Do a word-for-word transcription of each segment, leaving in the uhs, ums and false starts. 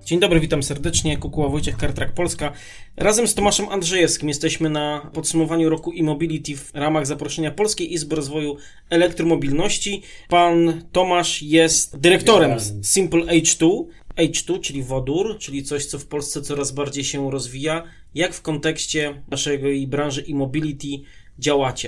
Dzień dobry, witam serdecznie, Kukuła Wojciech, CarTrack Polska. Razem z Tomaszem Andrzejewskim jesteśmy na podsumowaniu roku e-mobility w ramach zaproszenia Polskiej Izby Rozwoju Elektromobilności. Pan Tomasz jest dyrektorem Simple H dwa, H dwa, czyli wodór, czyli coś, co w Polsce coraz bardziej się rozwija. Jak w kontekście naszej branży e-mobility działacie?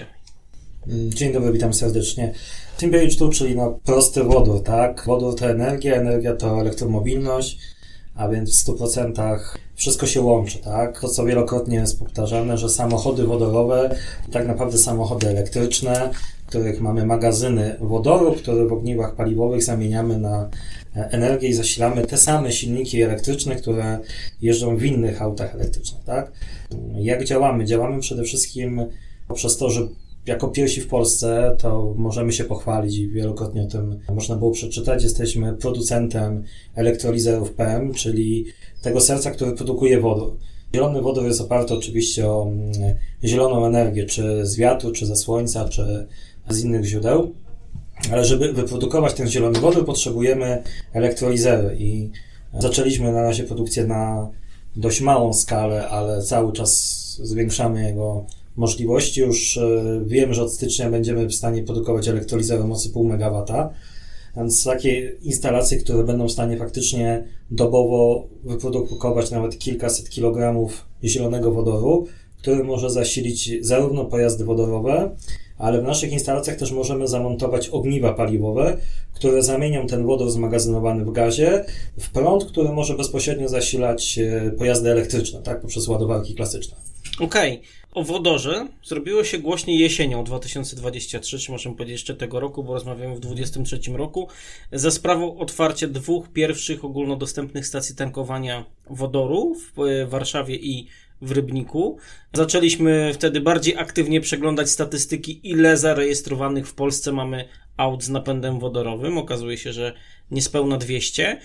Dzień dobry, witam serdecznie. Simple H dwa, czyli no prosty wodór, tak? Wodór to energia, energia to elektromobilność, a więc w stu procentach wszystko się łączy, tak? To, co wielokrotnie jest powtarzane, że samochody wodorowe, tak naprawdę samochody elektryczne, w których mamy magazyny wodoru, które w ogniwach paliwowych zamieniamy na energię i zasilamy te same silniki elektryczne, które jeżdżą w innych autach elektrycznych, tak? Jak działamy? Działamy przede wszystkim poprzez to, że jako pierwsi w Polsce, to możemy się pochwalić i wielokrotnie o tym można było przeczytać. Jesteśmy producentem elektrolizerów P E M, czyli tego serca, które produkuje wodór. Zielony wodór jest oparty oczywiście o zieloną energię, czy z wiatru, czy ze słońca, czy z innych źródeł. Ale żeby wyprodukować ten zielony wodór, potrzebujemy elektrolizery i zaczęliśmy na razie produkcję na dość małą skalę, ale cały czas zwiększamy jego możliwości. Już wiem, że od stycznia będziemy w stanie produkować elektrolizery mocy pół megawata, więc takie instalacje, które będą w stanie faktycznie dobowo wyprodukować nawet kilkaset kilogramów zielonego wodoru, który może zasilić zarówno pojazdy wodorowe, ale w naszych instalacjach też możemy zamontować ogniwa paliwowe, które zamienią ten wodór zmagazynowany w gazie w prąd, który może bezpośrednio zasilać pojazdy elektryczne, tak, poprzez ładowarki klasyczne. Okej. Okay. O wodorze zrobiło się głośniej jesienią dwa tysiące dwudziestego trzeciego, czy możemy powiedzieć jeszcze tego roku, bo rozmawiamy w dwudziestym trzecim roku, za sprawą otwarcia dwóch pierwszych ogólnodostępnych stacji tankowania wodoru w Warszawie i w Rybniku. Zaczęliśmy wtedy bardziej aktywnie przeglądać statystyki, ile zarejestrowanych w Polsce mamy aut z napędem wodorowym. Okazuje się, że niespełna dwieście.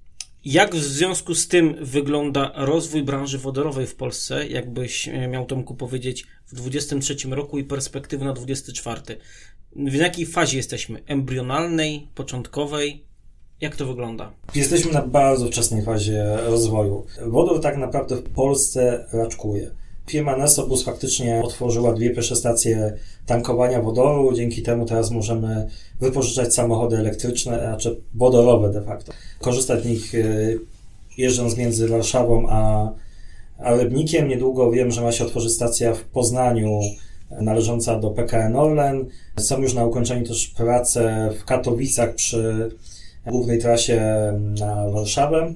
Jak w związku z tym wygląda rozwój branży wodorowej w Polsce, jakbyś miał Tomku powiedzieć, w dwudziestym trzecim roku i perspektywy na dwudziesty czwarty? W jakiej fazie jesteśmy? Embrionalnej, początkowej? Jak to wygląda? Jesteśmy na bardzo wczesnej fazie rozwoju. Wodór tak naprawdę w Polsce raczkuje. Firma Nesobus faktycznie otworzyła dwie pierwsze stacje tankowania wodoru. Dzięki temu teraz możemy wypożyczać samochody elektryczne, znaczy wodorowe de facto. Korzystać z nich jeżdżąc między Warszawą a, a Rybnikiem. Niedługo wiem, że ma się otworzyć stacja w Poznaniu należąca do P K N Orlen. Są już na ukończeniu też prace w Katowicach przy głównej trasie na Warszawę.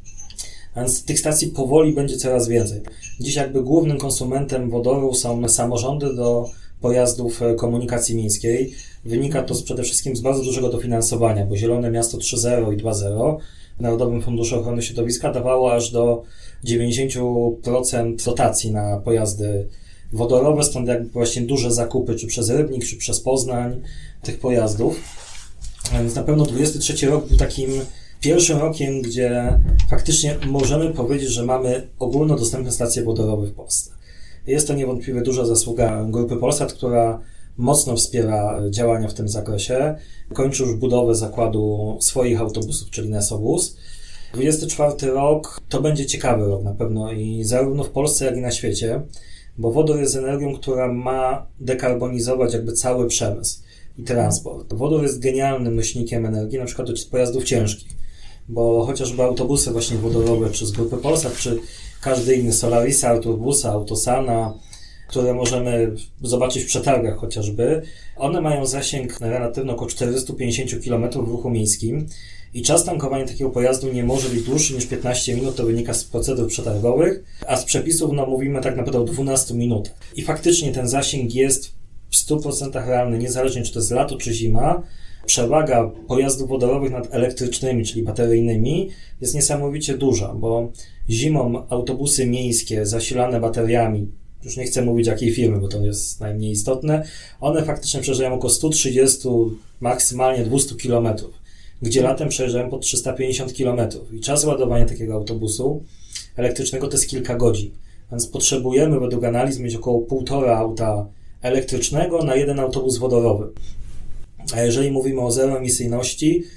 Więc tych stacji powoli będzie coraz więcej. Dziś jakby głównym konsumentem wodoru są samorządy do pojazdów komunikacji miejskiej. Wynika to przede wszystkim z bardzo dużego dofinansowania, bo Zielone Miasto trzy zero i dwa zero w Narodowym Funduszu Ochrony Środowiska dawało aż do dziewięćdziesiąt procent dotacji na pojazdy wodorowe, stąd jakby właśnie duże zakupy, czy przez Rybnik, czy przez Poznań tych pojazdów. Więc na pewno dwudziesty trzeci rok był takim pierwszym rokiem, gdzie faktycznie możemy powiedzieć, że mamy ogólnodostępne stacje wodorowe w Polsce. Jest to niewątpliwie duża zasługa Grupy Polsat, która mocno wspiera działania w tym zakresie. Kończy już budowę zakładu swoich autobusów, czyli Nesobus. dwudziesty czwarty rok to będzie ciekawy rok na pewno i zarówno w Polsce, jak i na świecie, bo wodór jest energią, która ma dekarbonizować jakby cały przemysł i transport. Wodór jest genialnym nośnikiem energii, na przykład do pojazdów ciężkich, bo chociażby autobusy właśnie wodorowe, czy z Grupy Polsat, czy każdy inny Solarisa, Autobusa, Autosana, które możemy zobaczyć w przetargach chociażby, one mają zasięg relatywny około czterysta pięćdziesiąt kilometrów w ruchu miejskim i czas tankowania takiego pojazdu nie może być dłuższy niż piętnaście minut, to wynika z procedur przetargowych, a z przepisów no, mówimy tak naprawdę o dwunastu minutach. I faktycznie ten zasięg jest w stu procentach realny, niezależnie czy to jest lato, czy zima. Przewaga pojazdów wodorowych nad elektrycznymi, czyli bateryjnymi, jest niesamowicie duża, bo zimą autobusy miejskie zasilane bateriami, już nie chcę mówić jakiej firmy, bo to jest najmniej istotne, one faktycznie przejeżdżają około sto trzydzieści, maksymalnie dwieście kilometrów, gdzie latem przejeżdżają po trzysta pięćdziesiąt kilometrów i czas ładowania takiego autobusu elektrycznego to jest kilka godzin, więc potrzebujemy według analiz mieć około półtora auta elektrycznego na jeden autobus wodorowy. A jeżeli mówimy o zeroemisyjności,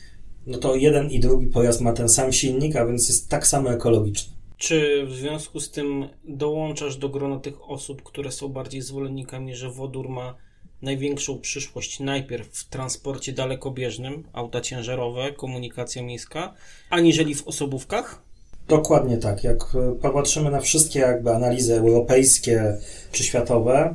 no to jeden i drugi pojazd ma ten sam silnik, a więc jest tak samo ekologiczny. Czy w związku z tym dołączasz do grona tych osób, które są bardziej zwolennikami, że wodór ma największą przyszłość najpierw w transporcie dalekobieżnym, auta ciężarowe, komunikacja miejska, aniżeli w osobówkach? Dokładnie tak. Jak popatrzymy na wszystkie jakby analizy europejskie czy światowe,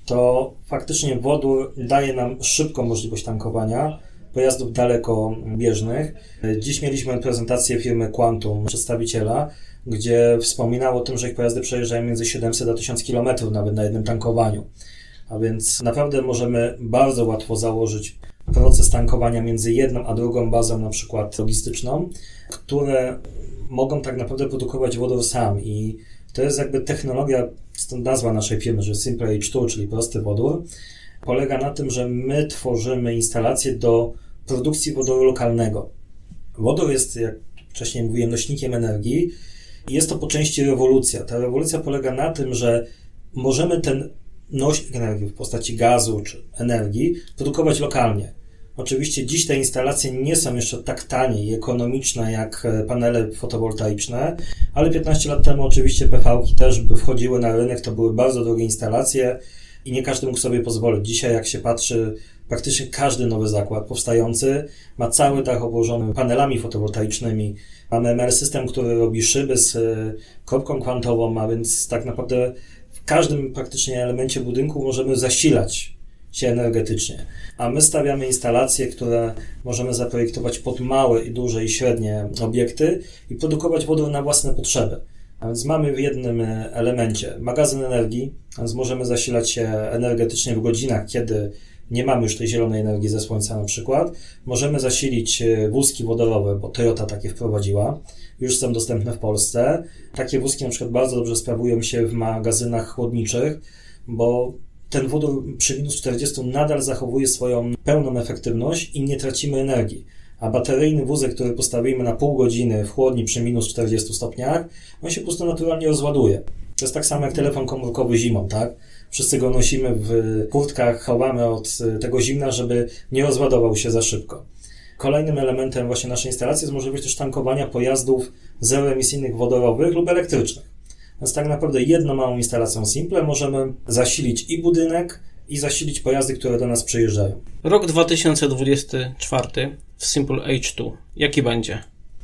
to faktycznie wodór daje nam szybką możliwość tankowania pojazdów dalekobieżnych. Dziś mieliśmy prezentację firmy Quantum, przedstawiciela, gdzie wspominało o tym, że ich pojazdy przejeżdżają między siedemset a tysiąc kilometrów nawet na jednym tankowaniu. A więc naprawdę możemy bardzo łatwo założyć proces tankowania między jedną a drugą bazą, na przykład logistyczną, które mogą tak naprawdę produkować wodór sam. I to jest jakby technologia, stąd nazwa naszej firmy, że Simple H two, czyli prosty wodór, polega na tym, że my tworzymy instalację do produkcji wodoru lokalnego. Wodór jest, jak wcześniej mówiłem, nośnikiem energii i jest to po części rewolucja. Ta rewolucja polega na tym, że możemy ten nośnik energii w postaci gazu czy energii produkować lokalnie. Oczywiście dziś te instalacje nie są jeszcze tak tanie i ekonomiczne jak panele fotowoltaiczne, ale piętnaście lat temu oczywiście P V-ki też by wchodziły na rynek, to były bardzo drogie instalacje i nie każdy mógł sobie pozwolić. Dzisiaj jak się patrzy, praktycznie każdy nowy zakład powstający ma cały dach obłożony panelami fotowoltaicznymi. Mamy M R system, który robi szyby z kropką kwantową, a więc tak naprawdę w każdym praktycznie elemencie budynku możemy zasilać się energetycznie. A my stawiamy instalacje, które możemy zaprojektować pod małe i duże i średnie obiekty i produkować wodór na własne potrzeby. A więc mamy w jednym elemencie magazyn energii, a więc możemy zasilać się energetycznie w godzinach, kiedy nie mamy już tej zielonej energii ze słońca na przykład. Możemy zasilić wózki wodorowe, bo Toyota takie wprowadziła. Już są dostępne w Polsce. Takie wózki na przykład bardzo dobrze sprawują się w magazynach chłodniczych, bo ten wodór przy minus czterdziestu nadal zachowuje swoją pełną efektywność i nie tracimy energii. A bateryjny wózek, który postawimy na pół godziny w chłodni przy minus czterdziestu stopniach, on się po prostu naturalnie rozładuje. To jest tak samo jak telefon komórkowy zimą, tak? Wszyscy go nosimy w kurtkach, chowamy od tego zimna, żeby nie rozładował się za szybko. Kolejnym elementem właśnie naszej instalacji jest możliwość też tankowania pojazdów zeroemisyjnych wodorowych lub elektrycznych. Więc tak naprawdę jedną małą instalacją Simple możemy zasilić i budynek, i zasilić pojazdy, które do nas przyjeżdżają. Rok dwa tysiące dwudziesty czwarty w Simple H two. Jaki będzie?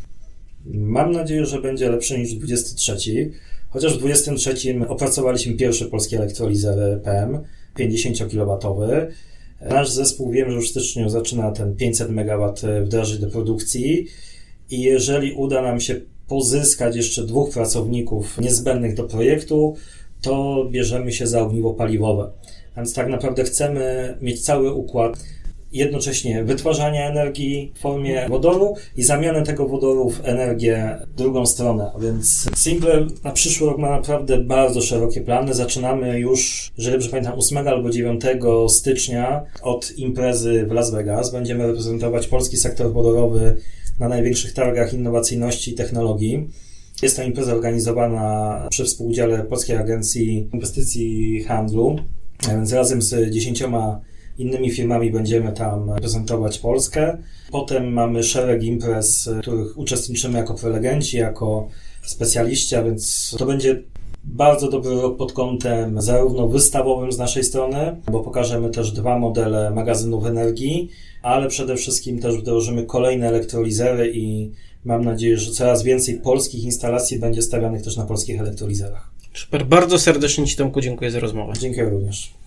Mam nadzieję, że będzie lepszy niż dwudziesty trzeci. Chociaż w dwudziestym trzecim opracowaliśmy pierwszy polski elektrolizer P M pięćdziesięciokilowatowy. Nasz zespół, wiem, że już w styczniu zaczyna ten pięćset megawatów wdrażać do produkcji i jeżeli uda nam się pozyskać jeszcze dwóch pracowników niezbędnych do projektu, to bierzemy się za ogniwo paliwowe. Więc tak naprawdę chcemy mieć cały układ jednocześnie wytwarzania energii w formie wodoru i zamianę tego wodoru w energię w drugą stronę. A więc Simple na przyszły rok ma naprawdę bardzo szerokie plany. Zaczynamy już, jeżeli dobrze pamiętam, ósmego albo dziewiątego stycznia od imprezy w Las Vegas. Będziemy reprezentować polski sektor wodorowy na największych targach innowacyjności i technologii. Jest to impreza organizowana przy współudziale Polskiej Agencji Inwestycji i Handlu, więc razem z dziesięcioma innymi firmami będziemy tam prezentować Polskę. Potem mamy szereg imprez, w których uczestniczymy jako prelegenci, jako specjaliści, a więc to będzie bardzo dobry rok pod kątem zarówno wystawowym z naszej strony, bo pokażemy też dwa modele magazynów energii, ale przede wszystkim też wdrożymy kolejne elektrolizery i mam nadzieję, że coraz więcej polskich instalacji będzie stawianych też na polskich elektrolizerach. Super, bardzo serdecznie Ci, Tomku, dziękuję za rozmowę. Dziękuję również.